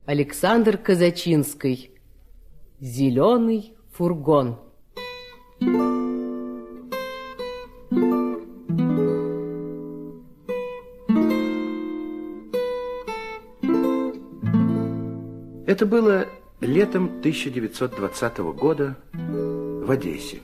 Александр Казачинский. Зеленый фургон. Это было летом 1920 года в Одессе.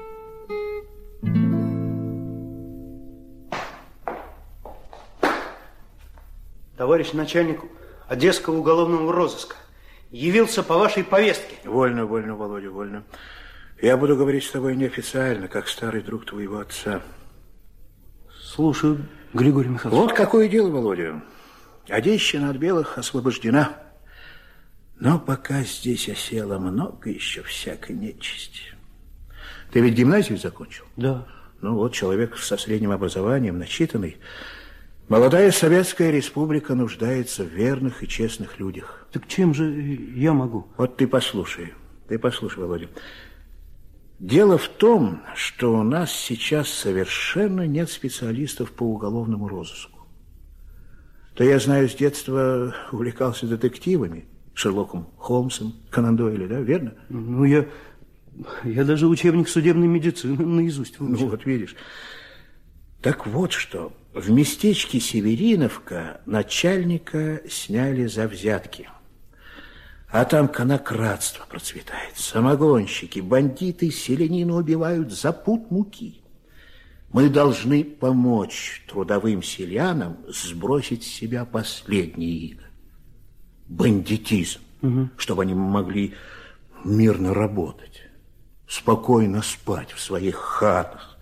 Товарищ начальник Одесского уголовного розыска явился по вашей повестке. Вольно, Володя, вольно. Я буду говорить с тобой неофициально, как старый друг твоего отца. Слушаю, Григорий Михайлович. Вот какое дело, Володя. Одещина от белых освобождена. Но пока здесь осело много еще всякой нечисти. Ты ведь гимназию закончил? Да. Ну вот, человек со средним образованием, начитанный. Молодая Советская Республика нуждается в верных и честных людях. Так чем же я могу? Вот ты послушай, Володя. Дело в том, что у нас сейчас совершенно нет специалистов по уголовному розыску. Ты, я знаю, с детства увлекался детективами, Шерлоком Холмсом, Конан Дойлем, да, верно? Ну, я даже учебник судебной медицины наизусть выучил. Ну, вот видишь. Так вот что, в местечке Севериновка начальника сняли за взятки. А там конокрадство процветает. Самогонщики, бандиты, селянина убивают за пуд муки. Мы должны помочь трудовым селянам сбросить с себя последние иго. Бандитизм, чтобы они могли мирно работать, спокойно спать в своих хатах.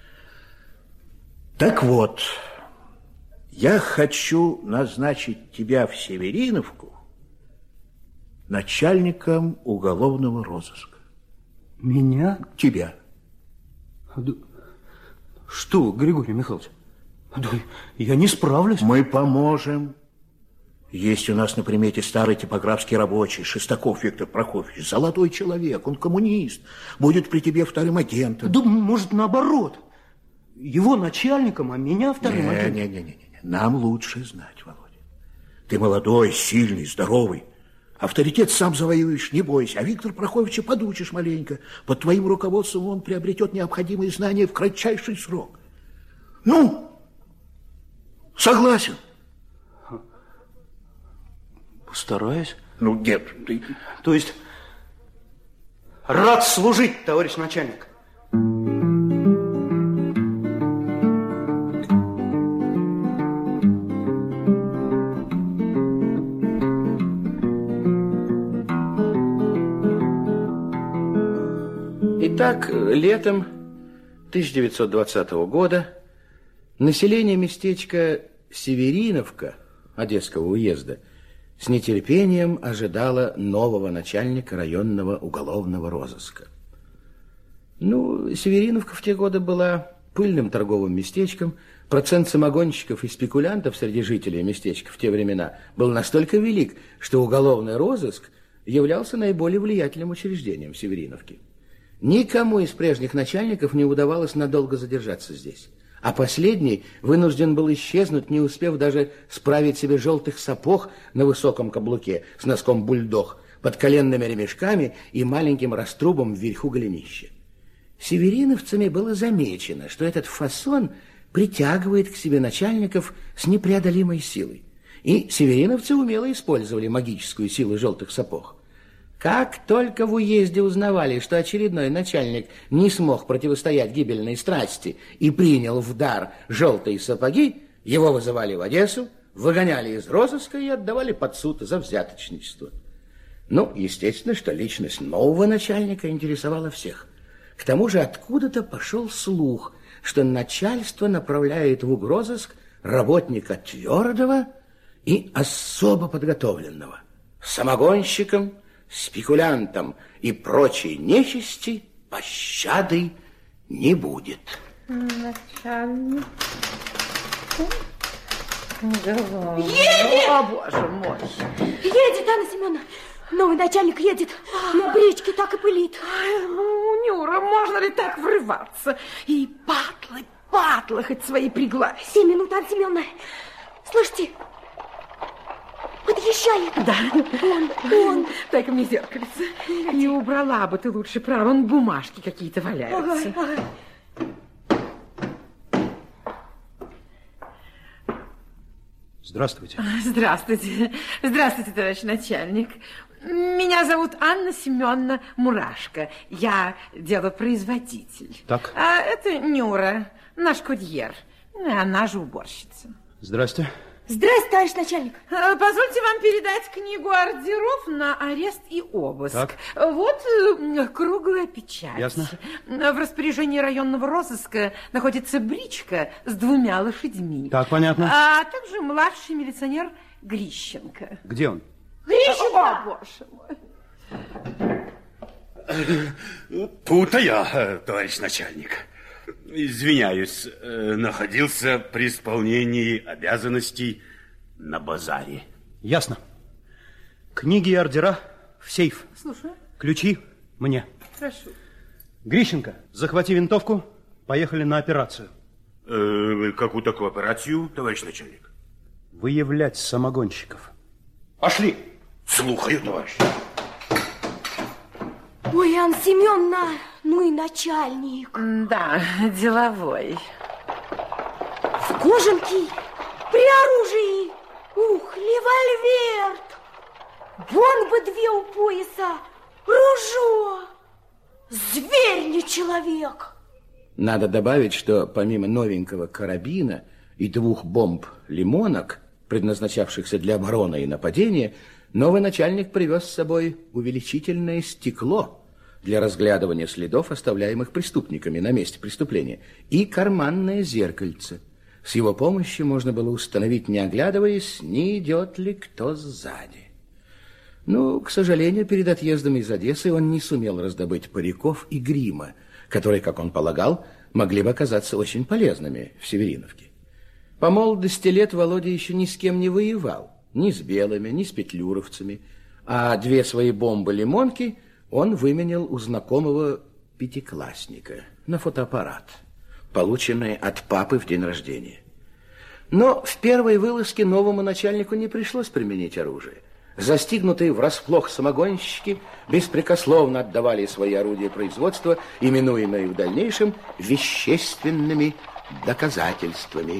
Так вот, я хочу назначить тебя в Севериновку начальником уголовного розыска. Меня? Тебя. Что, Григорий Михайлович? Я не справлюсь. Мы поможем. Есть у нас на примете старый типографский рабочий, Шестаков Виктор Прокофьевич. Золотой человек, он коммунист. Будет при тебе вторым агентом. Да, может, наоборот. Его начальником, а меня вторым агентом. Не. Нам лучше знать, Володя. Ты молодой, сильный, здоровый. Авторитет сам завоюешь, не бойся. А Виктор Прокофьевича подучишь маленько. Под твоим руководством он приобретет необходимые знания в кратчайший срок. Ну, согласен? Постараюсь. Ну, нет, ты... То есть, рад служить, товарищ начальник. Итак, летом 1920 года население местечка Севериновка Одесского уезда с нетерпением ожидало нового начальника районного уголовного розыска. Ну, Севериновка в те годы была пыльным торговым местечком. Процент самогонщиков и спекулянтов среди жителей местечка в те времена был настолько велик, что уголовный розыск являлся наиболее влиятельным учреждением в Севериновке. Никому из прежних начальников не удавалось надолго задержаться здесь. А последний вынужден был исчезнуть, не успев даже справить себе желтых сапог на высоком каблуке с носком бульдог, под коленными ремешками и маленьким раструбом вверху голенища. Севериновцами было замечено, что этот фасон притягивает к себе начальников с непреодолимой силой. И севериновцы умело использовали магическую силу желтых сапог. Как только в уезде узнавали, что очередной начальник не смог противостоять гибельной страсти и принял в дар желтые сапоги, его вызывали в Одессу, выгоняли из розыска и отдавали под суд за взяточничество. Ну, естественно, что личность нового начальника интересовала всех. К тому же откуда-то пошел слух, что начальство направляет в угрозыск работника твердого и особо подготовленного. Самогонщикам, спекулянтам и прочей нечисти пощады не будет. Начальник. Едет! О, боже мой! Едет, Анна Семеновна! Новый начальник едет. На бричке так и пылит. Ай, ну, Нюра, можно ли так врываться? И патлы хоть свои приглась. 7 минут, Анна Семеновна. Слышите? подъезжает. Да. Он. Дай-ка мне зеркальце. Не убрала бы ты лучше, право, вон бумажки какие-то валяются. Ага. Здравствуйте. Здравствуйте. Здравствуйте, товарищ начальник. Меня зовут Анна Семеновна Мурашко. Я делопроизводитель. Так. А это Нюра, наш курьер. Она же уборщица. Здрасте. Здрасте, товарищ начальник. Позвольте вам передать книгу ордеров на арест и обыск. Так. Вот круглая печать. Ясно. В распоряжении районного розыска находится бричка с 2 лошадьми. Так, понятно. А также младший милиционер Грищенко. Где он? Грищенко! О, боже мой. Тут-то я, товарищ начальник. Извиняюсь, находился при исполнении обязанностей на базаре. Ясно. Книги и ордера в сейф. Слушаю. Ключи мне. Прошу. Грищенко, захвати винтовку. Поехали на операцию. Какую такую операцию, товарищ начальник? Выявлять самогонщиков. Пошли. Слухаю, товарищ. Ой, Анна Семеновна, ну и начальник. Да, деловой. В кожанке, при оружии. Ух, револьвер. Вон бы 2 у пояса. Ружо. Зверь, не человек. Надо добавить, что помимо новенького карабина и 2 бомб-лимонок, предназначавшихся для обороны и нападения, новый начальник привез с собой увеличительное стекло для разглядывания следов, оставляемых преступниками на месте преступления, и карманное зеркальце. С его помощью можно было установить, не оглядываясь, не идет ли кто сзади. Ну, к сожалению, перед отъездом из Одессы он не сумел раздобыть париков и грима, которые, как он полагал, могли бы оказаться очень полезными в Севериновке. По молодости лет Володя еще ни с кем не воевал, ни с белыми, ни с петлюровцами, а 2 свои бомбы-лимонки он выменял у знакомого пятиклассника на фотоаппарат, полученный от папы в день рождения. Но в первой вылазке новому начальнику не пришлось применить оружие. Застигнутые врасплох самогонщики беспрекословно отдавали свои орудия производства, именуемые в дальнейшем вещественными доказательствами.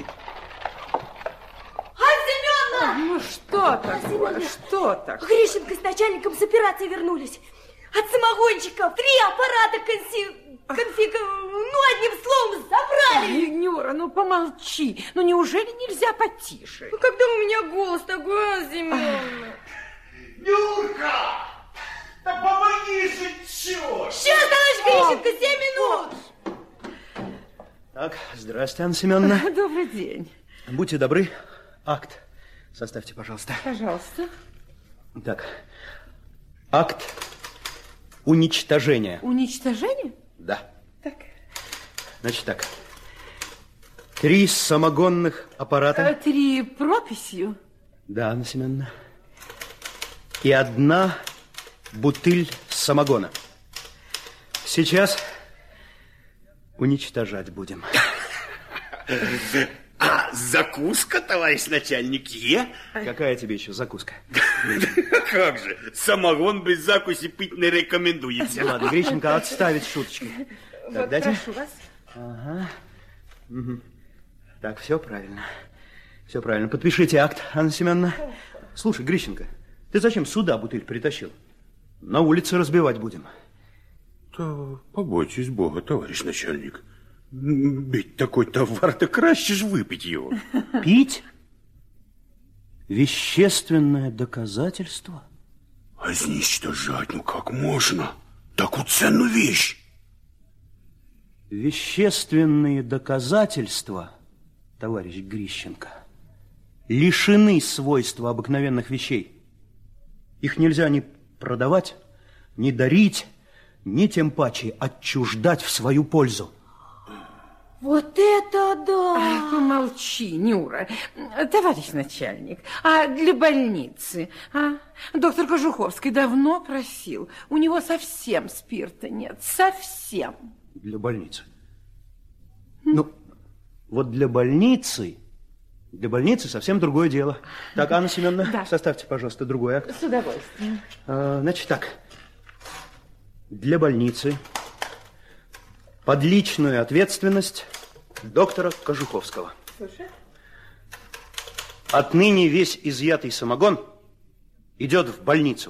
Ну что такое? Что так? Грищенко с начальником с операции вернулись. От самогонщиков 3 аппарата ну, одним словом, забрали. Нюра, ну помолчи. Ну неужели нельзя потише? Ну когда у меня голос такой, Анна Семеновна? Нюрка! Да помоги же, черт! Сейчас, товарищ Грищенко, 7 минут. Так, здрасте, Анна Семеновна. Добрый день. Будьте добры, акт составьте, пожалуйста. Пожалуйста. Так, акт уничтожения. Уничтожение? Да. Так. Значит так, 3 самогонных аппарата. 3 прописью. Да, Анна Семеновна. И 1 бутыль самогона. Сейчас уничтожать будем. А закуска, товарищ начальник, Какая тебе еще закуска? Как же, самогон без закуси пить не рекомендуется. Ладно, Грищенко, отставить шуточки. Так, Вот, дайте. прошу вас. Ага. Угу. Так, все правильно. Все правильно. Подпишите акт, Анна Семеновна. Слушай, Грищенко, ты зачем сюда бутыль притащил? На улице разбивать будем. Да побойтесь Бога, товарищ начальник. Ведь такой товар, так краще ж выпить его. Пить? Вещественное доказательство? А изничтожать, ну как можно? Такую ценную вещь. Вещественные доказательства, товарищ Грищенко, лишены свойства обыкновенных вещей. Их нельзя ни продавать, ни дарить, ни тем паче отчуждать в свою пользу. Вот это да! Помолчи, Нюра. Товарищ начальник, а для больницы? Доктор Кожуховский давно просил. У него совсем спирта нет, совсем. Для больницы? Ну, вот для больницы Для больницы совсем другое дело. Так, Анна Семеновна, составьте, пожалуйста, другой акт. С удовольствием. Значит так, для больницы под личную ответственность доктора Кожуховского. Слушай. Отныне весь изъятый самогон идет в больницу.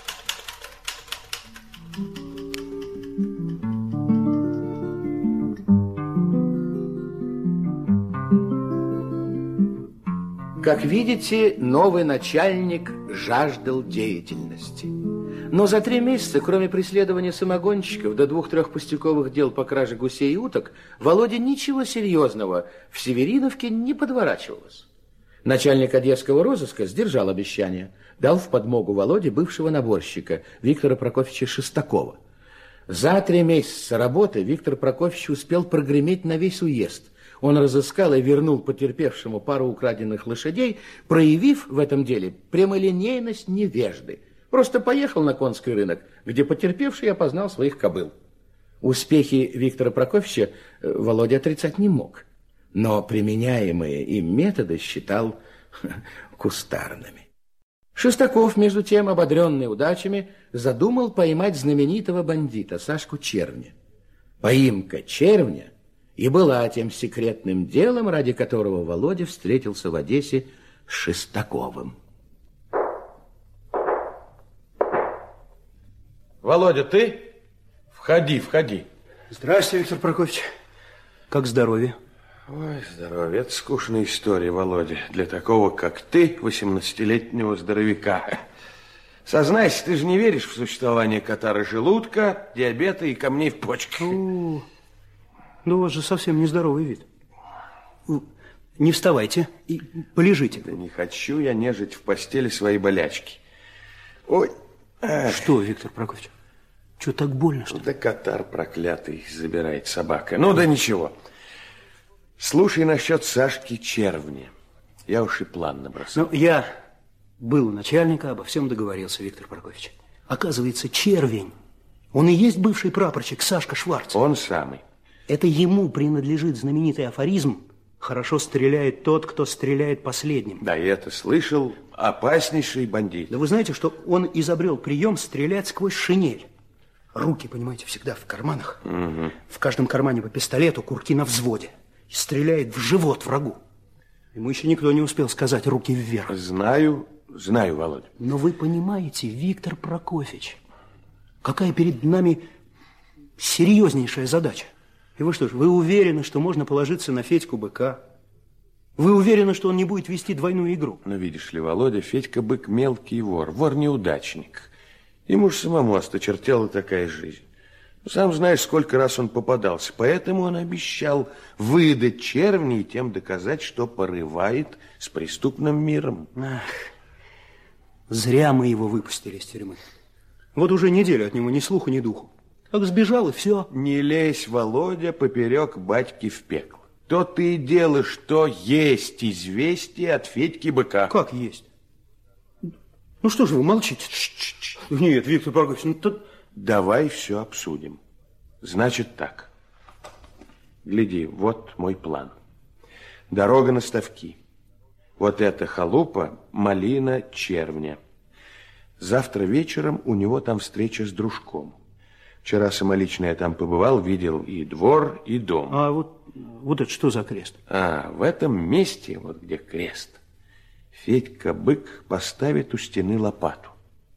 Как видите, новый начальник жаждал деятельности. Но за 3 месяца, кроме преследования самогонщиков до 2-3 пустяковых дел по краже гусей и уток, Володе ничего серьезного в Севериновке не подворачивалось. Начальник одесского розыска сдержал обещание, дал в подмогу Володе бывшего наборщика Виктора Прокофьевича Шестакова. За 3 месяца работы Виктор Прокофьевич успел прогреметь на весь уезд. Он разыскал и вернул потерпевшему пару украденных лошадей, проявив в этом деле прямолинейность невежды. Просто поехал на конский рынок, где потерпевший опознал своих кобыл. Успехи Виктора Прокофьевича Володя отрицать не мог, но применяемые им методы считал кустарными. Шестаков, между тем, ободренный удачами, задумал поймать знаменитого бандита Сашку Червня. Поимка Червня и была тем секретным делом, ради которого Володя встретился в Одессе с Шестаковым. Володя, ты? Входи, входи. Здравствуйте, Виктор Прокофьевич. Как здоровье? Ой, здоровье. Это скучная история, Володя. Для такого, как ты, 18-летнего здоровяка. Сознайся, ты же не веришь в существование катара желудка, диабета и камней в почках. Ну, у вас же совсем нездоровый вид. Не вставайте и полежите. Да не хочу я нежить в постели свои болячки. Ой. Что, Виктор Прокофьевич? Что, так больно, что ли? Да катар проклятый забирает собака. Ну, да ничего. Слушай насчет Сашки Червня. Я уж и план набросал. Ну, я был у начальника, обо всем договорился, Виктор Прокофьевич. Оказывается, Червень, он и есть бывший прапорщик Сашка Шварц. Он самый. Это ему принадлежит знаменитый афоризм: хорошо стреляет тот, кто стреляет последним. Да, я это слышал. Опаснейший бандит. Да вы знаете, что он изобрел прием стрелять сквозь шинель. Руки, понимаете, всегда в карманах. Угу. В каждом кармане по пистолету, курки на взводе. И стреляет в живот врагу. Ему еще никто не успел сказать руки вверх. Знаю, Володя. Но вы понимаете, Виктор Прокофьевич, какая перед нами серьезнейшая задача. И вы что ж, вы уверены, что можно положиться на Федьку Быка? Вы уверены, что он не будет вести двойную игру? Ну, видишь ли, Володя, Федька Бык мелкий вор, вор-неудачник. Ему же самому осточертела такая жизнь. Сам знаешь, сколько раз он попадался. Поэтому он обещал выдать Червня и тем доказать, что порывает с преступным миром. Ах, зря мы его выпустили из тюрьмы. Вот уже неделю от него ни слуху, ни духу. Как сбежал, и все. Не лезь, Володя, поперек батьки в пекло. То ты и дело, что есть известие от Федьки Быка. Как есть? Ну что же вы молчите? Нет, Виктор Прокофьевич, ну то... Давай все обсудим. Значит так. Гляди, вот мой план. Дорога на Ставки. Вот эта халупа, малина Червня. Завтра вечером у него там встреча с дружком. Вчера самолично я там побывал, видел и двор, и дом. А вот это что за крест? А, в этом месте, вот где крест, Федька Бык поставит у стены лопату.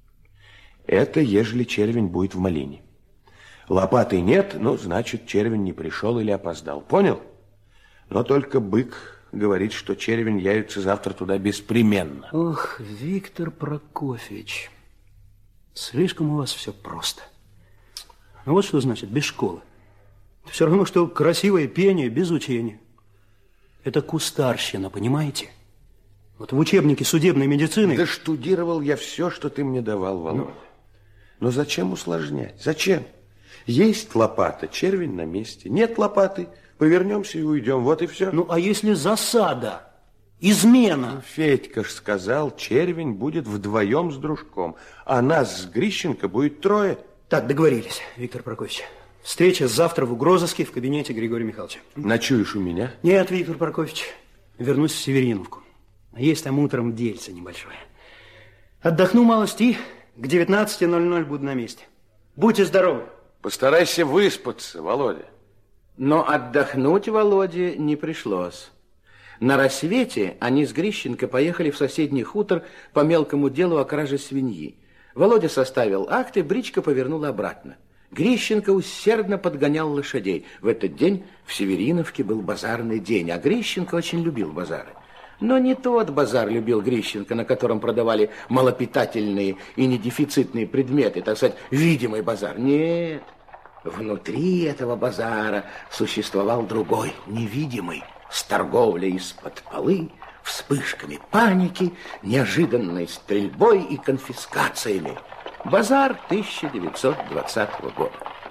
Это ежели Червень будет в малине. Лопаты нет, ну, значит, Червень не пришел или опоздал. Понял? Но только Бык говорит, что Червень явится завтра туда беспременно. Ох, Виктор Прокофьевич, слишком у вас все просто. Ну вот что значит без школы. Все равно, что красивое пение без учения. Это кустарщина, понимаете? Вот в учебнике судебной медицины... Да штудировал я все, что ты мне давал, Володя. Но зачем усложнять? Зачем? Есть лопата, Червень на месте. Нет лопаты, повернемся и уйдем. Вот и все. Ну, а если засада, измена? Ну, Федька ж сказал, Червень будет вдвоем с дружком, а нас с Грищенко будет 3. Так, договорились, Виктор Прокофьевич. Встреча завтра в угрозыске в кабинете Григория Михайловича. Ночуешь у меня? Нет, Виктор Прокофьевич. вернусь в Севериновку. Есть там утром дельце небольшое. Отдохну малость и к 19:00 буду на месте. Будьте здоровы. Постарайся выспаться, Володя. Но отдохнуть Володе не пришлось. На рассвете они с Грищенко поехали в соседний хутор по мелкому делу о краже свиньи. Володя составил акт, и бричка повернула обратно. Грищенко усердно подгонял лошадей. В этот день в Севериновке был базарный день, а Грищенко очень любил базары. Но не тот базар любил Грищенко, на котором продавали малопитательные и недефицитные предметы, так сказать, видимый базар. Нет, внутри этого базара существовал другой, невидимый, с торговлей из-под полы, вспышками паники, неожиданной стрельбой и конфискациями. Базар 1920 года.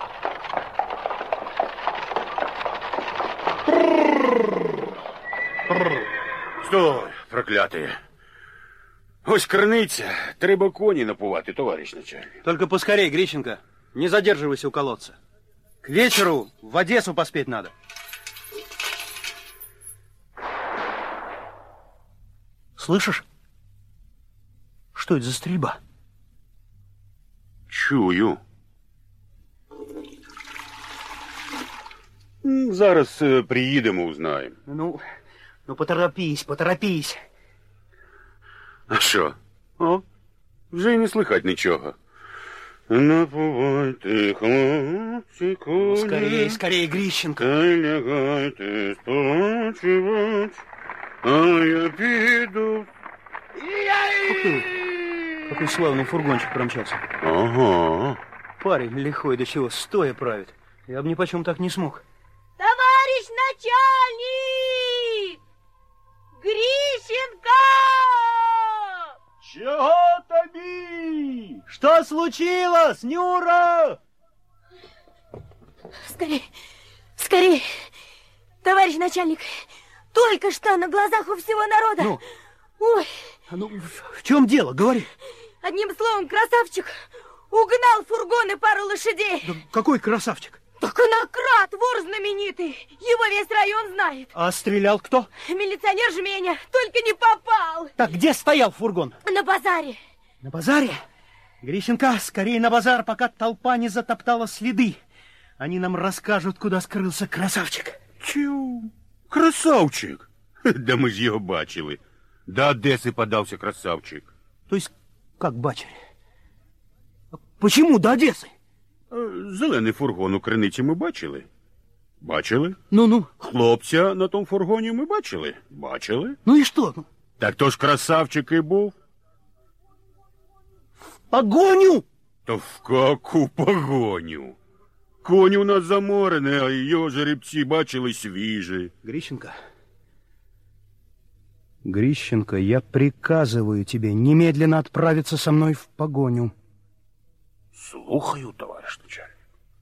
Стой, проклятые. Ось криниця. Треба коні напувати, товарищ начальник. Только поскорей, Грищенко. Не задерживайся у колодца. К вечеру в Одессу поспеть надо. Слышишь? Что это за стрельба? Чую. Зараз приїдемо, узнаємо. Ну, поторопись. А що? О, вже й не слихать нічого. Напувайте, хлопці, коні. Скорей, Грищенко. Та й лягайте спочивать, а я піду. Какой славный фургончик промчался. Ага. Парень лихой, до чего стоя правит. Я бы ни почем так не смог. Товарищ начальник! Грищенко! Чего тобі? Что случилось, Нюра? Скорей! Товарищ начальник, только что на глазах у всего народа. Ну? Ой! В чем дело? Говори. Одним словом, красавчик угнал фургон и пару лошадей. Да какой красавчик? Да конократ, вор знаменитый. Его весь район знает. А стрелял кто? Милиционер Жменя, только не попал. Так где стоял фургон? На базаре. На базаре? Грищенко, скорее на базар, пока толпа не затоптала следы. Они нам расскажут, куда скрылся красавчик. Чу, красавчик. Да ми ж його бачили. До Одеси подався красавчик. То есть, как бачили? Почему до Одессы? Зелений фургон у криниці ми бачили. Бачили? Ну. Хлопця на тому фургоні ми бачили. Бачили? Ну и что? Так то ж красавчик і був. Погоню! Та в каку погоню? Конь у нас заморений, а його жеребці бачили свіжі. Грищенко, я приказываю тебе немедленно отправиться со мной в погоню. Слухаю, товарищ начальник.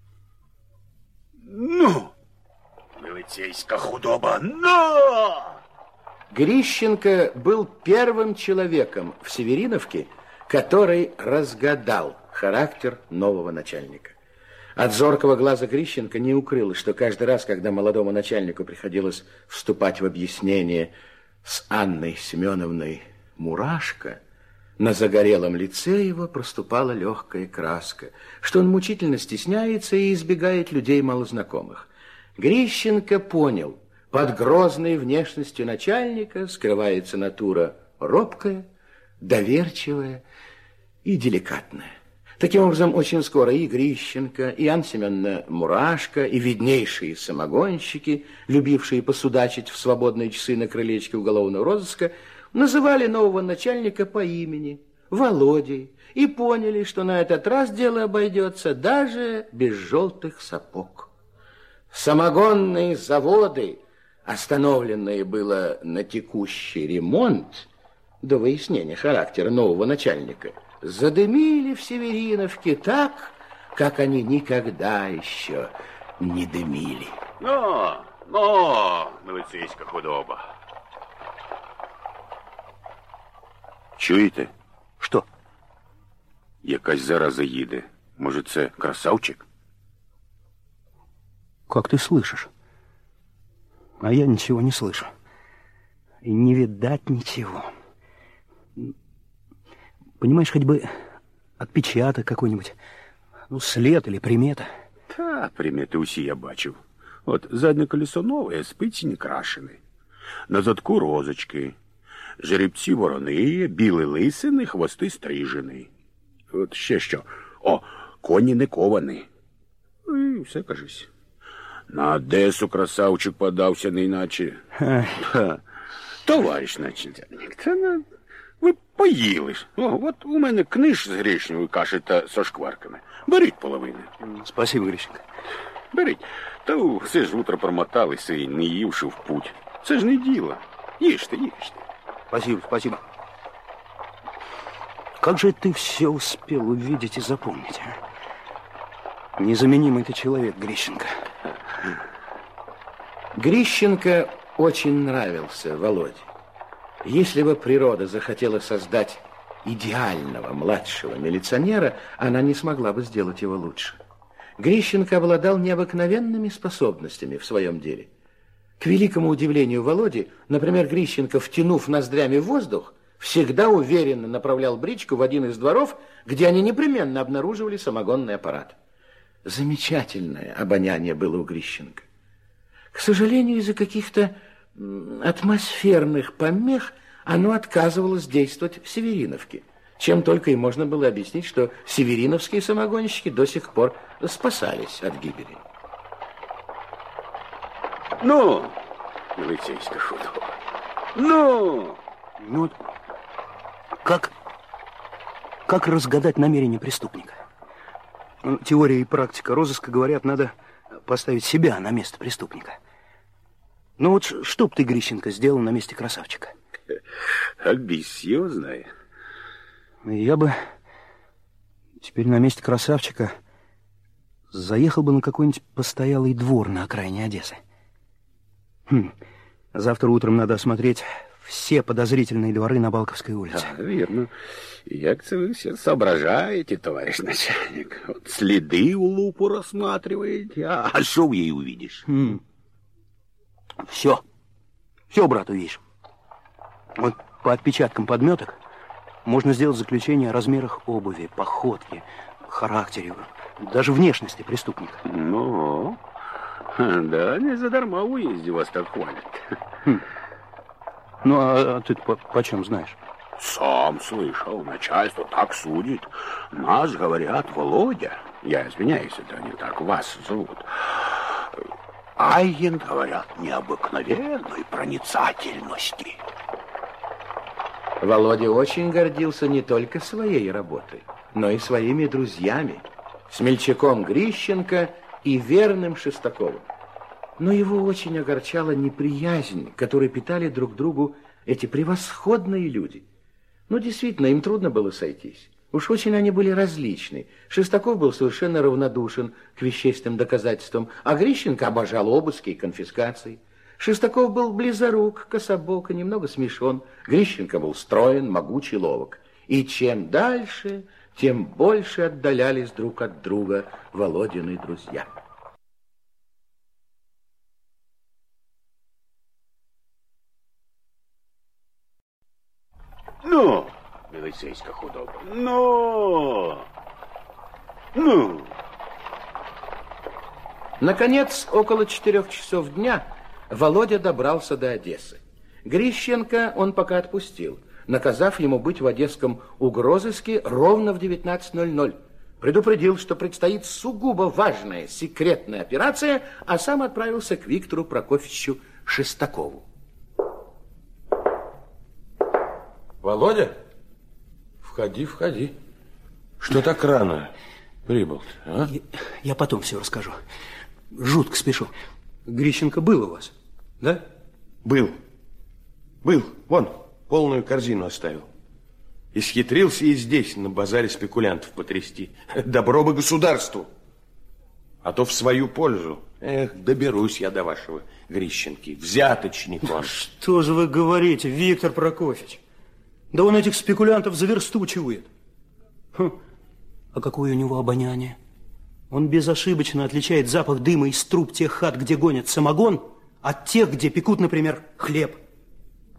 Ну, милицейская худоба, но! Грищенко был первым человеком в Севериновке, который разгадал характер нового начальника. От зоркого глаза Грищенко не укрылось, что каждый раз, когда молодому начальнику приходилось вступать в объяснение с Анной Семеновной Мурашко, на загорелом лице его проступала легкая краска, что он мучительно стесняется и избегает людей малознакомых. Грищенко понял, под грозной внешностью начальника скрывается натура робкая, доверчивая и деликатная. Таким образом, очень скоро и Грищенко, и Анна Семеновна Мурашко, и виднейшие самогонщики, любившие посудачить в свободные часы на крылечке уголовного розыска, называли нового начальника по имени Володей и поняли, что на этот раз дело обойдется даже без желтых сапог. Самогонные заводы, остановленные было на текущий ремонт, до выяснения характера нового начальника, задымили в Севериновке так, как они никогда еще не дымили. Ну, милицейська худоба. Чуєте? Що? Якась зараза їде. Може, це красавчик? Как ты слышишь? А я ничего не слышу. и не видать ничего. Понимаешь, хоть бы отпечаток какой-нибудь, ну, след или примета. Та, примети усі я бачив. От заднє колесо нове, спиці не крашені. На задку розочки. Жеребці ворони, білі лисини, хвости стрижені. От ще що. О, коні не ковані. І все, кажись. На Одесу красавчик подався, не іначе. Товариш начальник, це ви поїли ж. О, от у мене книж з гречневої каші та со шкварками. Беріть половину. Спасибо, Грищенко. Беріть. Та все ж утро промоталися і не ївши в путь. Це ж не діло. Їжте, їжте. Спасибо, спасибо. Как же ты все успел увидеть и запомнить, а? Незаменимый ты человек, Грищенко. Грищенко очень нравился Володе. Если бы природа захотела создать идеального младшего милиционера, она не смогла бы сделать его лучше. Грищенко обладал необыкновенными способностями в своем деле. К великому удивлению Володи, например, Грищенко, втянув ноздрями воздух, всегда уверенно направлял бричку в один из дворов, где они непременно обнаруживали самогонный аппарат. Замечательное обоняние было у Грищенко. К сожалению, из-за каких-то атмосферных помех оно отказывалось действовать в Севериновке, чем только и можно было объяснить, что севериновские самогонщики до сих пор спасались от гибели. Ну, милицейская худоба. Ну! Ну, как разгадать намерение преступника? Ну, теория и практика розыска говорят, надо поставить себя на место преступника. Ну вот что б ты, Грищенко, сделал на месте красавчика? Амбициозное. Я бы теперь на месте красавчика заехал бы на какой-нибудь постоялый двор на окраине Одессы. Завтра утром надо осмотреть все подозрительные дворы на Балковской улице. Да, верно. Як це вы все соображаете, товарищ начальник? Вот следы у лупу рассматриваете. А что в ей увидишь? Все, брат, увидишь. Вот по отпечаткам подметок можно сделать заключение о размерах обуви, походке, характере, даже внешности преступника. Ну, да, не задарма в уезде вас так хвалят. Ну, а ты почем знаешь? Сам слышал, начальство так судит. Нас, говорят, Володя, я извиняюсь, это не так вас зовут, агент, говорят, необыкновенной проницательности. Володя очень гордился не только своей работой, но и своими друзьями, смельчаком Грищенко и верным Шестаковым. Но его очень огорчала неприязнь, которую питали друг другу эти превосходные люди. Ну, действительно, им трудно было сойтись. Уж очень они были различны. Шестаков был совершенно равнодушен к вещественным доказательствам, а Грищенко обожал обыски и конфискации. Шестаков был близорук, кособок и немного смешон. Грищенко был строен, могучий, ловок. И чем дальше, тем больше отдалялись друг от друга Володины друзья. Ну, милицейская худоба, ну. Наконец, около 4 часов дня Володя добрался до Одессы. Грищенко он пока отпустил, наказав ему быть в одесском угрозыске ровно в 19:00. Предупредил, что предстоит сугубо важная секретная операция, а сам отправился к Виктору Прокофьевичу Шестакову. Володя, входи. Что так рано прибыл, а? Я потом все расскажу. Жутко спешу. Грищенко был у вас, да? Был. Вон, полную корзину оставил. Исхитрился и здесь, на базаре спекулянтов, потрясти. Добро бы государству. А то в свою пользу. Эх, доберусь я до вашего Грищенки. Взяточник он. Что же вы говорите, Виктор Прокофьевич? Да он этих спекулянтов за версту чует. А какое у него обоняние? Он безошибочно отличает запах дыма из труб тех хат, где гонят самогон, от тех, где пекут, например, хлеб.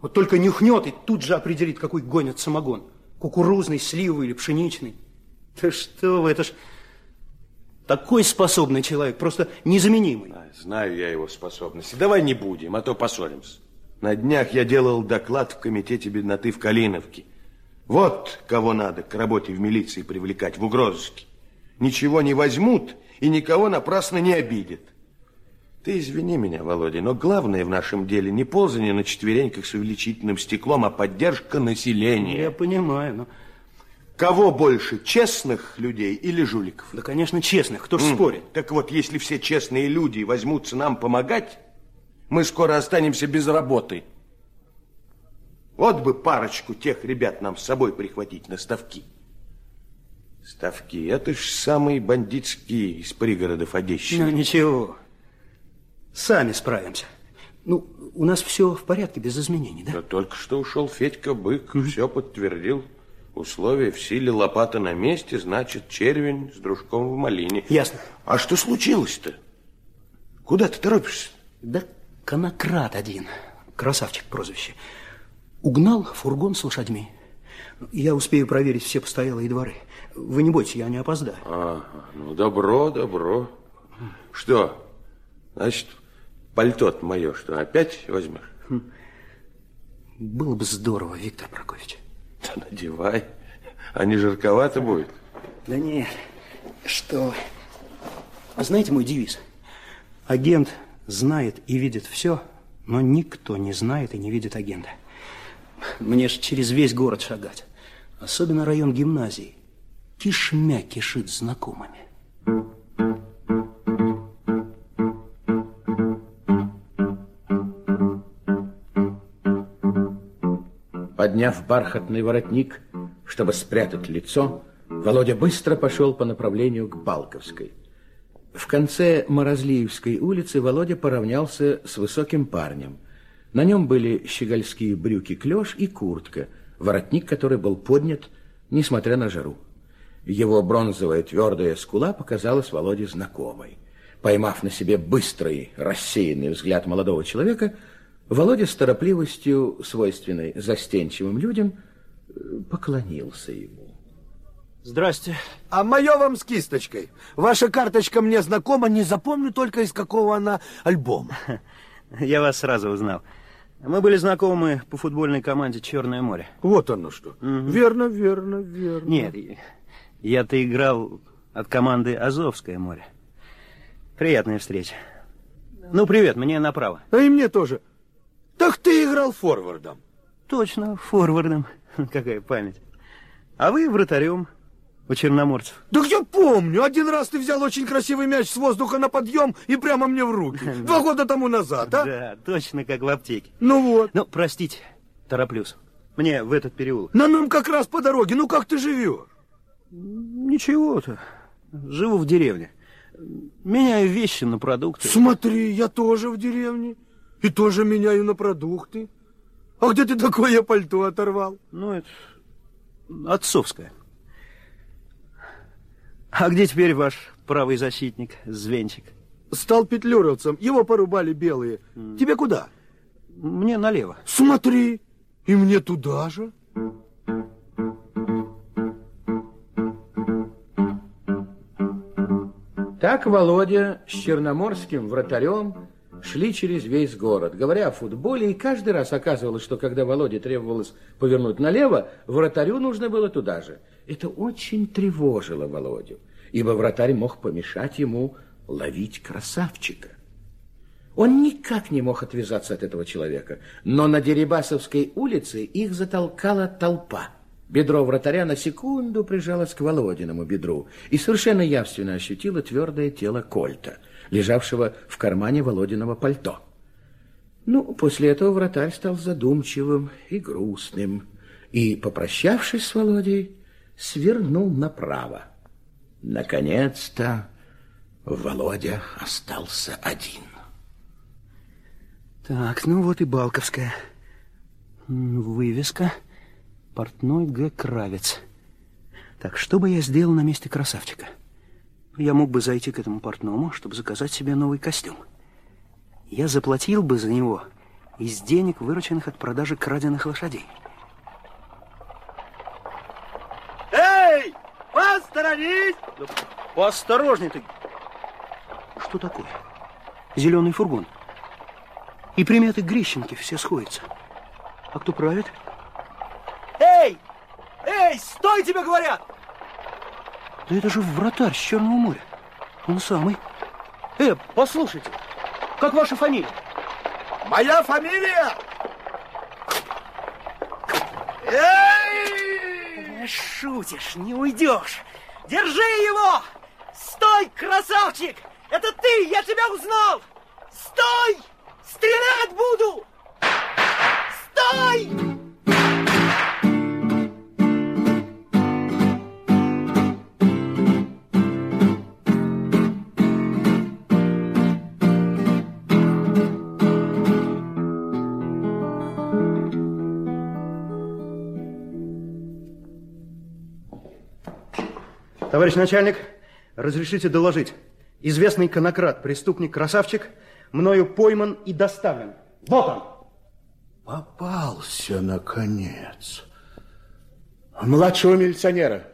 Вот только нюхнет и тут же определит, какой гонят самогон. Кукурузный, сливовый или пшеничный. Да что вы, это ж такой способный человек, просто незаменимый. Знаю я его способности. Давай не будем, а то поссоримся. На днях я делал доклад в комитете бедноты в Калиновке. Вот кого надо к работе в милиции привлекать, в угрозыске. Ничего не возьмут и никого напрасно не обидят. Ты извини меня, Володя, но главное в нашем деле не ползание на четвереньках с увеличительным стеклом, а поддержка населения. Я понимаю, но... Кого больше, честных людей или жуликов? Да, конечно, честных, кто ж спорит. Так вот, если все честные люди возьмутся нам помогать, мы скоро останемся без работы. Вот бы парочку тех ребят нам с собой прихватить на ставки. Ставки, это ж самые бандитские из пригородов Одещины. Ну, ничего, сами справимся. Ну, у нас все в порядке, без изменений, да? Да только что ушел Федька Бык, все подтвердил. Условия в силе, лопата на месте, значит, червень с дружком в малине. Ясно. А что случилось-то? Куда ты торопишься? Да конократ один, красавчик прозвище, угнал фургон с лошадьми. Я успею проверить все постоялые дворы. Вы не бойтесь, я не опоздаю. Ага, ну добро, добро. Что, значит, пальто мое, что, опять возьмешь? Было бы здорово, Виктор Прокофьевич. Да надевай, а не жарковато будет? Да нет, что вы. Знаете мой девиз? Агент знает и видит все, но никто не знает и не видит агента. Мне ж через весь город шагать. Особенно район гимназии. Кишмя кишит знакомыми. Подняв бархатный воротник, чтобы спрятать лицо, Володя быстро пошел по направлению к Балковской. В конце Морозлиевской улицы Володя поравнялся с высоким парнем. На нем были щегольские брюки-клеш и куртка, воротник который был поднят, несмотря на жару. Его бронзовая твердая скула показалась Володе знакомой. Поймав на себе быстрый, рассеянный взгляд молодого человека, Володя с торопливостью, свойственной застенчивым людям, поклонился ему. Здрасте. А мое вам с кисточкой. Ваша карточка мне знакома, не запомню только из какого она альбома. Я вас сразу узнал. Мы были знакомы по футбольной команде «Черное море». Вот оно что. Верно, верно, верно. Нет, я-то играл от команды «Азовское море». Приятная встреча. Ну, привет, мне направо. А и мне тоже. Так ты играл форвардом. Точно, форвардом. Какая память. А вы вратарем у черноморцев. Так я помню. Один раз ты взял очень красивый мяч с воздуха на подъем и прямо мне в руки. 2 года тому назад, а? Да, точно как в аптеке. Ну вот. Ну, простите, тороплюсь. Мне в этот переулок. На нам как раз по дороге. Ну, как ты живешь? Ничего-то. Живу в деревне. Меняю вещи на продукты. Смотри, я тоже в деревне. И тоже меняю на продукты. А где ты такое пальто оторвал? Ну, это отцовское. А где теперь ваш правый защитник, Звенчик? Стал петлюровцем. Его порубали белые. Тебе куда? Мне налево. Смотри, и мне туда же. Так Володя с черноморским вратарем шли через весь город, говоря о футболе, и каждый раз оказывалось, что когда Володе требовалось повернуть налево, вратарю нужно было туда же. Это очень тревожило Володю, ибо вратарь мог помешать ему ловить красавчика. Он никак не мог отвязаться от этого человека, но на Дерибасовской улице их затолкала толпа. Бедро вратаря на секунду прижалось к Володиному бедру и совершенно явственно ощутило твердое тело Кольта, лежавшего в кармане Володиного пальто. Ну, после этого вратарь стал задумчивым и грустным, и, попрощавшись с Володей, свернул направо. Наконец-то Володя остался один. Так, ну вот и Балковская. Вывеска. Портной Г. Кравец. Так, что бы я сделал на месте красавчика? Я мог бы зайти к этому портному, чтобы заказать себе новый костюм. Я заплатил бы за него из денег, вырученных от продажи краденных лошадей. Эй, посторонись! Да поосторожней ты. Что такое? Зеленый фургон. И приметы Грищенки все сходятся. А кто правит? Эй! Эй, стой, тебе говорят! Да это же вратарь с Черного моря. Он самый. Послушайте, как ваша фамилия? Моя фамилия? Эй! Шутишь, не уйдешь. Держи его! Стой, красавчик! Это ты, я тебя узнал! Стой! Стрелять буду! Стой! Товарищ начальник, разрешите доложить. Известный конокрад, преступник Красавчик, мною пойман и доставлен. Вот он. Попался, наконец. Младшего милиционера.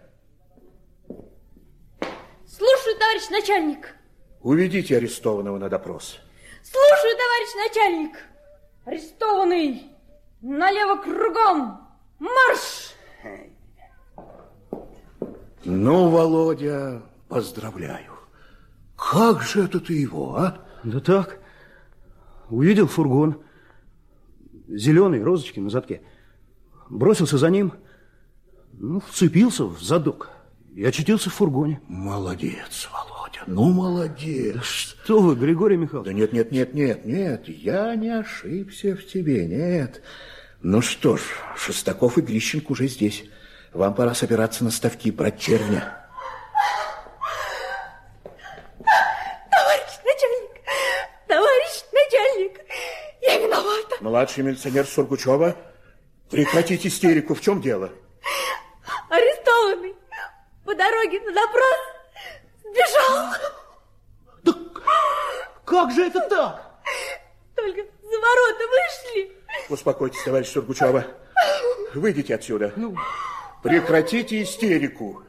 Слушаю, товарищ начальник. Уведите арестованного на допрос. Слушаю, товарищ начальник. Арестованный. Налево кругом. Марш! Ну, Володя, поздравляю. Как же это ты его, а? Да так. Увидел фургон. Зеленый, розочки на задке. Бросился за ним. Ну, вцепился в задок. И очутился в фургоне. Молодец, Володя, ну молодец. Да что вы, Григорий Михайлович? Да нет, я не ошибся в тебе, нет. Ну что ж, Шестаков и Грищенко уже здесь. Вам пора собираться на ставки, брать червня. Товарищ начальник, я виновата. Младший милиционер Сургучева, прекратите истерику, в чем дело? Арестованный по дороге на допрос сбежал. Да как же это так? Только за ворота вышли. Успокойтесь, товарищ Сургучева. Выйдите отсюда. Прекратите истерику.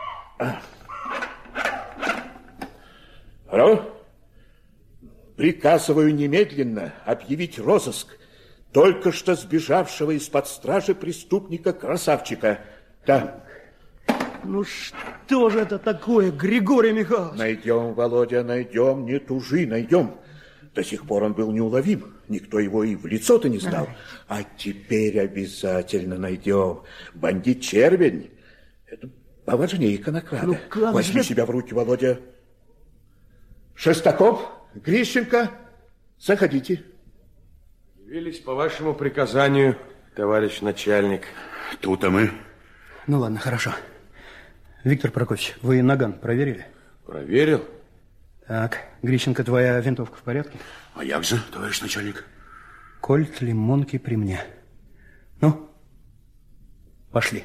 Алло? Приказываю немедленно объявить розыск только что сбежавшего из-под стражи преступника Красавчика. Да. Ну что же это такое, Григорий Михайлович? Найдем, Володя, найдем, не тужи, найдем. До сих пор он был неуловим. Никто его и в лицо-то не знал. А теперь обязательно найдем. Бандит Червень. Это поважнее конокрада. Ну, возьми себя в руки, Володя. Шестаков, Грищенко, заходите. Явились по вашему приказанию, товарищ начальник. Тут-то мы. Ну ладно, хорошо. Виктор Прокофьевич, вы наган проверили? Проверил. Так, Грищенко, твоя винтовка в порядке? А як же, товарищ начальник? Кольт лимонки при мне. Ну, пошли.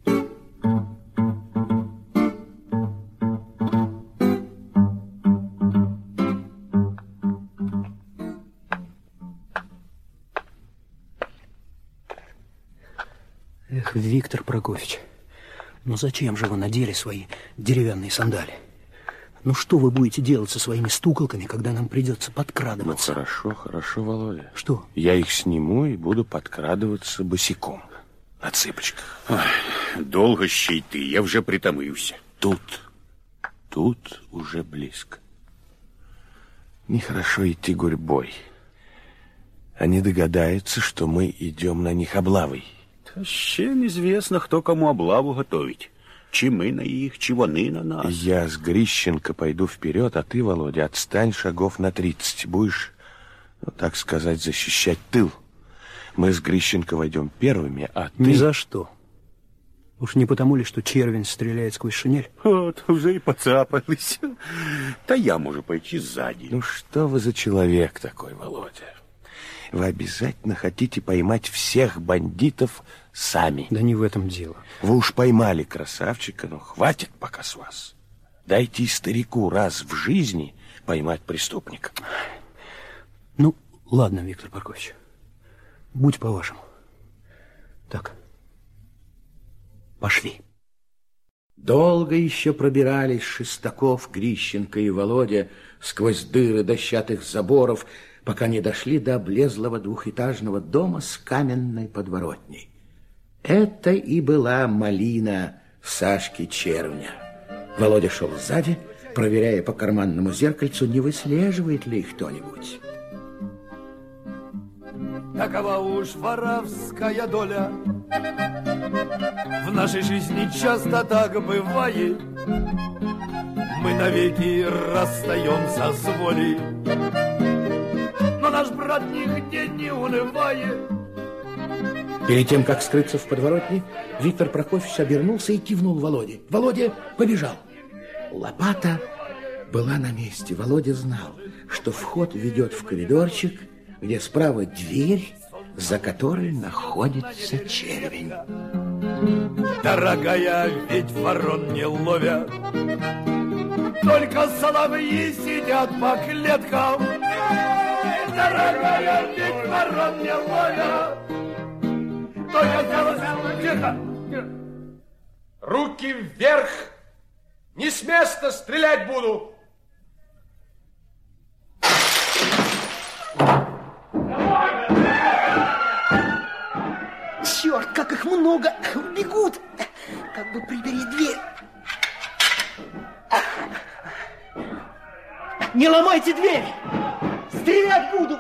Эх, Виктор Прокофьевич, ну зачем же вы надели свои деревянные сандали? Ну что вы будете делать со своими стуколками, когда нам придется подкрадываться? Ну хорошо, Володя. Что? Я их сниму и буду подкрадываться босиком. На цыпочках. Ой, долго щей ты, я уже притомился. Тут уже близко. Нехорошо идти гурьбой. Они догадаются, что мы идем на них облавой. Ще неизвестно, кто кому облаву готовить. Чи мы на их, чи вони на нас. Я с Грищенко пойду вперед, а ты, Володя, отстань шагов на 30. Будешь, ну, так сказать, защищать тыл. Мы с Грищенко войдем первыми, а ты... Ни за что. Уж не потому ли, что Червень стреляет сквозь шинель? Вот, уже и поцапались. Да я могу пойти сзади. Ну что вы за человек такой, Володя? Вы обязательно хотите поймать всех бандитов сами. Да не в этом дело. Вы уж поймали Красавчика, но хватит пока с вас. Дайте старику раз в жизни поймать преступника. Ну, ладно, Виктор Прокофьевич. Будь по-вашему. Так, пошли. Долго еще пробирались Шестаков, Грищенко и Володя сквозь дыры дощатых заборов, пока не дошли до облезлого двухэтажного дома с каменной подворотней. Это и была малина Сашки Червня. Володя шел сзади, проверяя по карманному зеркальцу, не выслеживает ли их кто-нибудь. Такова уж воровская доля. В нашей жизни часто так бывает. Мы навеки расстаемся с волей. Но наш брат нигде не унывает. Перед тем, как скрыться в подворотне, Виктор Прокофьевич обернулся и кивнул Володе. Володя побежал. Лопата была на месте. Володя знал, что вход ведет в коридорчик, где справа дверь, за которой находится червень. Дорогая, ведь ворон не ловят, только соловьи сидят по клеткам. Дорогая, ведь ворон не ловят, только соловьи... Тихо! Руки вверх! Не с места стрелять буду! Черт, как их много! Бегут! Как бы прибери дверь! Не ломайте дверь! Стрелять буду!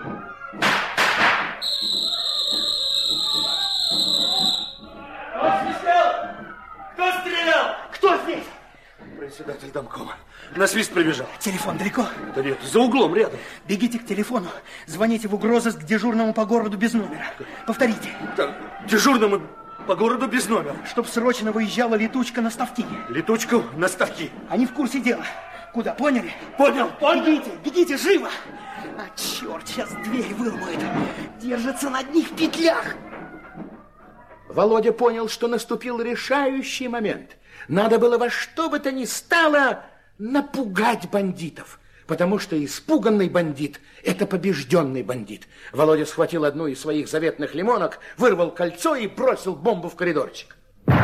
Кто свистел? Кто стрелял? Кто здесь? Председатель домкома. На свист прибежал. Телефон далеко? Да нет, за углом рядом. Бегите к телефону, звоните в угрозыск к дежурному по городу без номера. Повторите. Так, дежурному по городу без номера. Чтоб срочно выезжала летучка на ставки. Летучку на ставки. Они в курсе дела. Куда, поняли? Понял, понял. Бегите, бегите, живо! А, черт, сейчас дверь выломает. Держится на одних петлях. Володя понял, что наступил решающий момент. Надо было во что бы то ни стало напугать бандитов, потому что испуганный бандит – это побежденный бандит. Володя схватил одну из своих заветных лимонок, вырвал кольцо и бросил бомбу в коридорчик.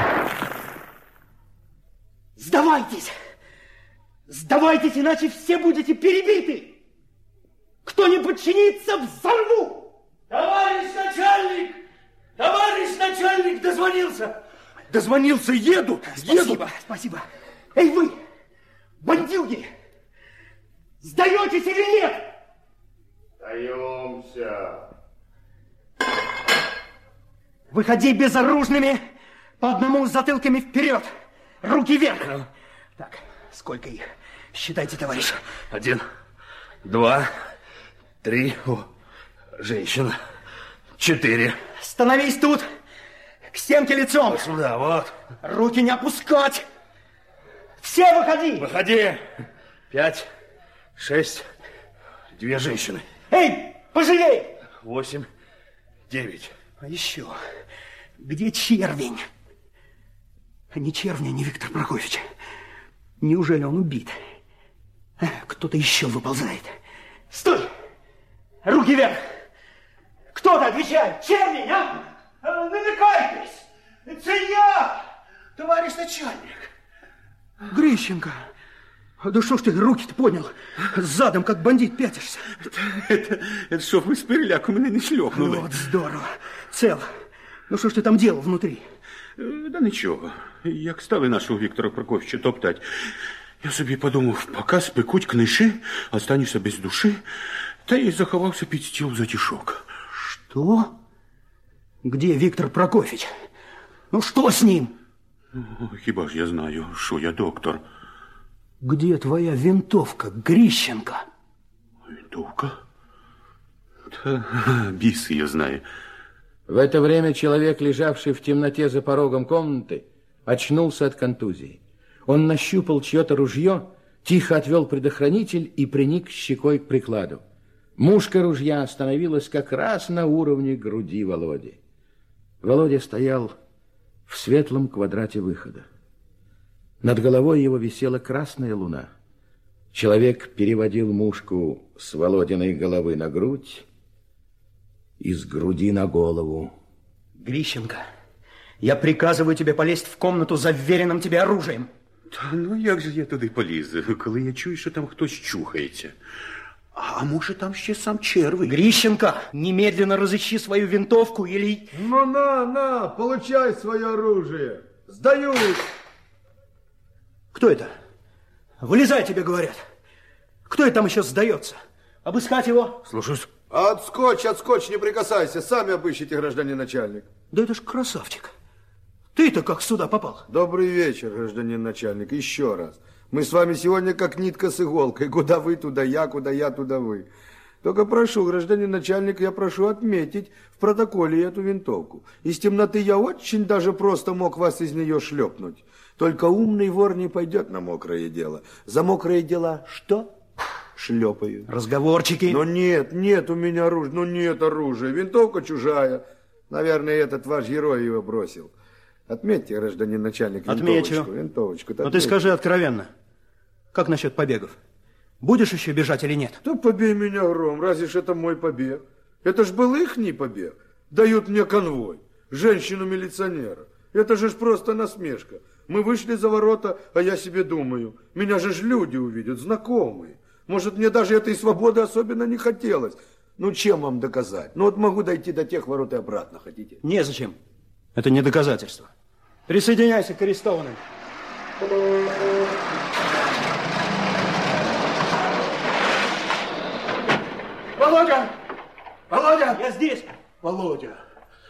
Сдавайтесь! Сдавайтесь, иначе все будете перебиты! Кто не подчинится, взорву! Товарищ начальник! Товарищ начальник дозвонился! Дозвонился, едут! Спасибо, спасибо. Эй, вы, бандюги! Сдаетесь или нет? Сдаемся. Выходи безоружными, по одному с затылками вперед. Руки вверх. Так, сколько их? Считайте, товарищ. 1, 2, 3. О, женщина. 4. Становись тут. К стенке лицом. Вот сюда, вот. Руки не опускать. Все выходи. Выходи. 5, 6. 2 женщины. Эй, пожалей. 8, 9. А еще, где червень? Ни червня, ни Виктор Прокофьевич. Неужели он убит? Кто-то еще выползает. Стой! Руки вверх! Кто-то отвечает! Червень, а? Намекайтесь! Это я, товарищ начальник. Грищенко. Да что ж ты руки-то поднял? Задом, как бандит, пятишься. Это чтоб ви з переляку мене не шльопнули. Вот здорово. Цел. Ну що ж ти там делал внутрі? Да нічого. Як стали нашого Віктора Прокофьевича топтать, я собі подумав, поки спекуть книжі, останешся без душі, та й заховався під стіл затишок. Что? Где Виктор Прокофьевич? Ну что с ним? Хіба ж я знаю, що я доктор. Где твоя винтовка, Грищенко? Винтовка? Да, біс ее знаю. В это время человек, лежавший в темноте за порогом комнаты, очнулся от контузии. Он нащупал чье-то ружье, тихо отвел предохранитель и приник щекой к прикладу. Мушка ружья остановилась как раз на уровне груди Володи. Володя стоял в светлом квадрате выхода. Над головой его висела красная луна. Человек переводил мушку с Володиной головы на грудь из груди на голову. Грищенко, я приказываю тебе полезть в комнату за вверенным тебе оружием. Та ну як же я туди полізу, коли я чую, що там хтось чухається? А може там ще сам червий? Грищенко, немедленно разыщи свою винтовку или... Ну на, получай свое оружие. Сдаюсь. Кто это? Вылезай, тебе говорят. Кто это там еще сдается? Обыскать его? Слушаюсь. Отскочь, не прикасайся. Сами обыщите, гражданин начальник. Да это ж красавчик. Ты-то как сюда попал? Добрый вечер, гражданин начальник. Еще раз. Мы с вами сегодня как нитка с иголкой. Куда вы, туда я, туда вы. Только прошу, гражданин начальник, я прошу отметить в протоколе эту винтовку. Из темноты я очень даже просто мог вас из нее шлепнуть. Только умный вор не пойдет на мокрое дело. За мокрое дело что? Шлепаю. Разговорчики. Но нет у меня оружия. Ну нет оружия. Винтовка чужая. Наверное, этот ваш герой его бросил. Отметьте, гражданин начальник, винтовочку. Но ты скажи откровенно, как насчет побегов? Будешь еще бежать или нет? Да побей меня, Гром, разве ж это мой побег? Это ж был ихний побег. Дают мне конвой, женщину-милиционера. Это же ж просто насмешка. Мы вышли за ворота, а я себе думаю, меня же ж люди увидят, знакомые. Может, мне даже этой свободы особенно не хотелось. Ну, чем вам доказать? Ну, вот могу дойти до тех ворот и обратно, хотите? Незачем. Это не доказательство. Присоединяйся к арестованным. Володя! Володя! Я здесь. Володя!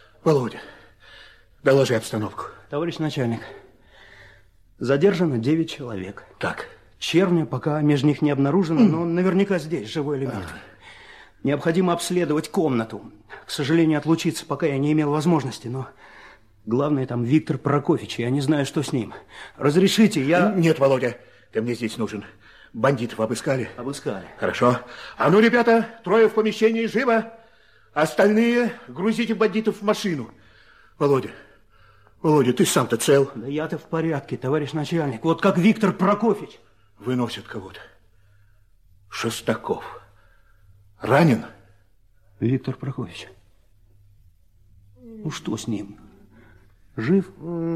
Доложи обстановку. Товарищ начальник, задержано 9 человек. Так. Червня пока между них не обнаружено, но он наверняка здесь, живой или мертвый. Необходимо обследовать комнату. К сожалению, отлучиться пока я не имел возможности, но... Главное, там Виктор Прокофьевич, я не знаю, что с ним. Разрешите, я... Нет, Володя, ты мне здесь нужен. Бандитов обыскали? Обыскали. Хорошо. А ну, ребята, 3 в помещении, живо. Остальные грузите бандитов в машину. Володя, ты сам-то цел? Да я-то в порядке, товарищ начальник. Вот как Виктор Прокофьевич. Выносят кого-то. Шестаков. Ранен? Виктор Прокофьевич. Ну, что с ним? Жив?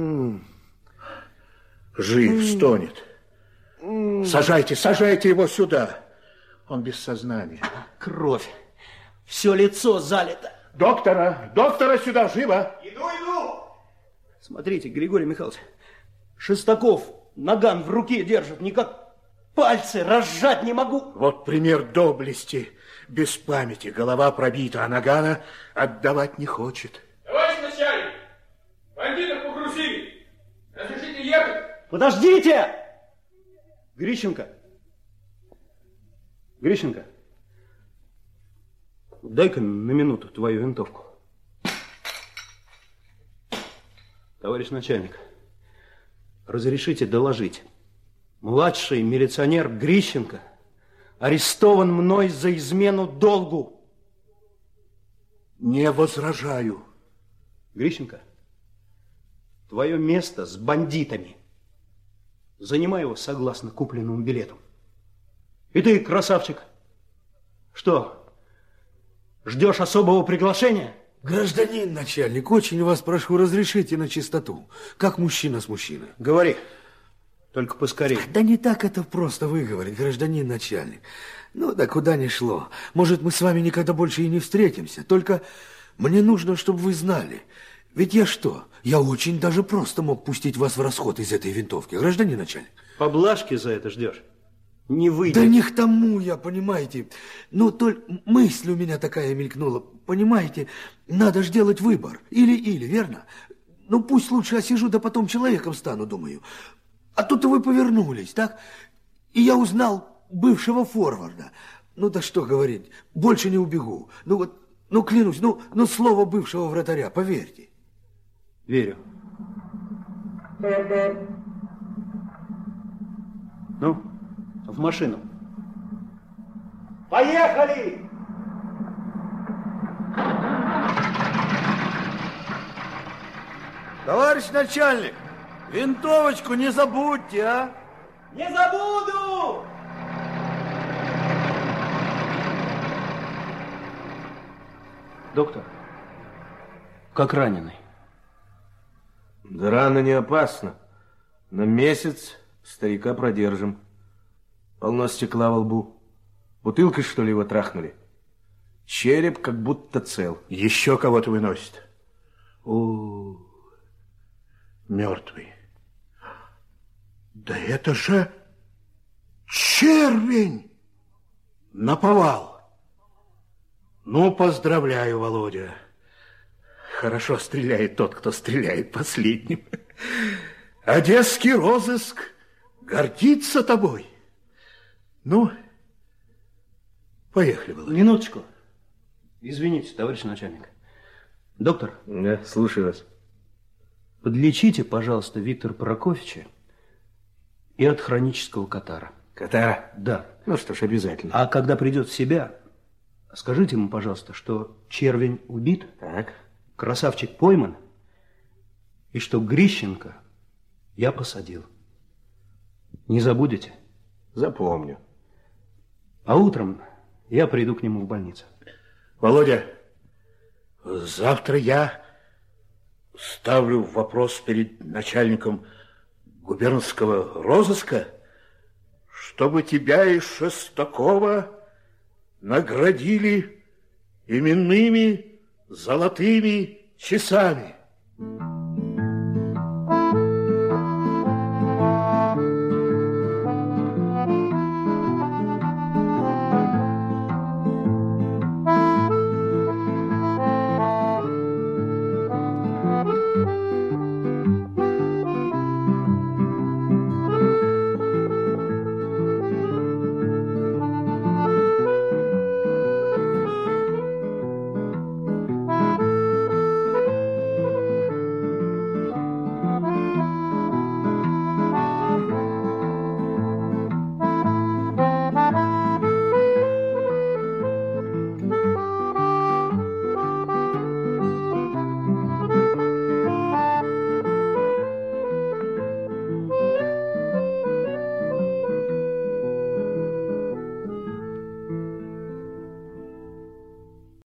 Жив, стонет. Сажайте его сюда. Он без сознания. Кровь. Все лицо залито. Доктора сюда, живо. Иду. Смотрите, Григорий Михайлович, Шестаков наган в руке держит, никак пальцы разжать не могу. Вот пример доблести. Без памяти, голова пробита, а нагана отдавать не хочет. Товарищ начальник, бандитов погрузили. Разрешите ехать? Подождите! Грищенко, дай-ка на минуту твою винтовку. Товарищ начальник, разрешите доложить. Младший милиционер Грищенко арестован мной за измену долгу. Не возражаю. Грищенко, твое место с бандитами. Занимай его согласно купленному билету. И ты, красавчик, что, ждешь особого приглашения? Гражданин начальник, очень вас прошу, разрешите на чистоту. Как мужчина с мужчиной. Говори, только поскорее. Да не так это просто выговорить, гражданин начальник. Ну да куда ни шло. Может, мы с вами никогда больше и не встретимся. Только мне нужно, чтобы вы знали. Ведь я очень даже просто мог пустить вас в расход из этой винтовки, гражданин начальник. Поблажки за это ждешь? Не выйдет. Да не к тому я, понимаете. Ну, только мысль у меня такая мелькнула. Понимаете, надо ж делать выбор. Или, верно? Ну, пусть лучше осижу, да потом человеком стану, думаю. А тут вы повернулись, так? И я узнал бывшего форварда. Ну, да что говорить, больше не убегу. Ну, клянусь, ну, слово бывшего вратаря, поверьте. Верю. Ну, в машину. Поехали! Товарищ начальник, винтовочку не забудьте, а? Не забуду! Доктор, как раненый? Да рана не опасна. На месяц старика продержим. Полно стекла во лбу. Бутылкой, что ли, его трахнули? Череп как будто цел. Еще кого-то выносит. О, мертвый. Да это же червень! Наповал. Ну, поздравляю, Володя. Хорошо стреляет тот, кто стреляет последним. Одесский розыск гордится тобой. Ну, поехали, Володя. Минуточку. Извините, товарищ начальник. Доктор. Да, слушаю вас. Подлечите, пожалуйста, Виктора Прокофьевича и от хронического катара. Катара? Да. Ну что ж, обязательно. А когда придет в себя, скажите ему, пожалуйста, что червень убит, так, красавчик пойман, и что Грищенко я посадил. Не забудете? Запомню. А утром я приду к нему в больницу. Володя, завтра я ставлю вопрос перед начальником губернского розыска, чтобы тебя и Шестакова наградили именными золотыми часами.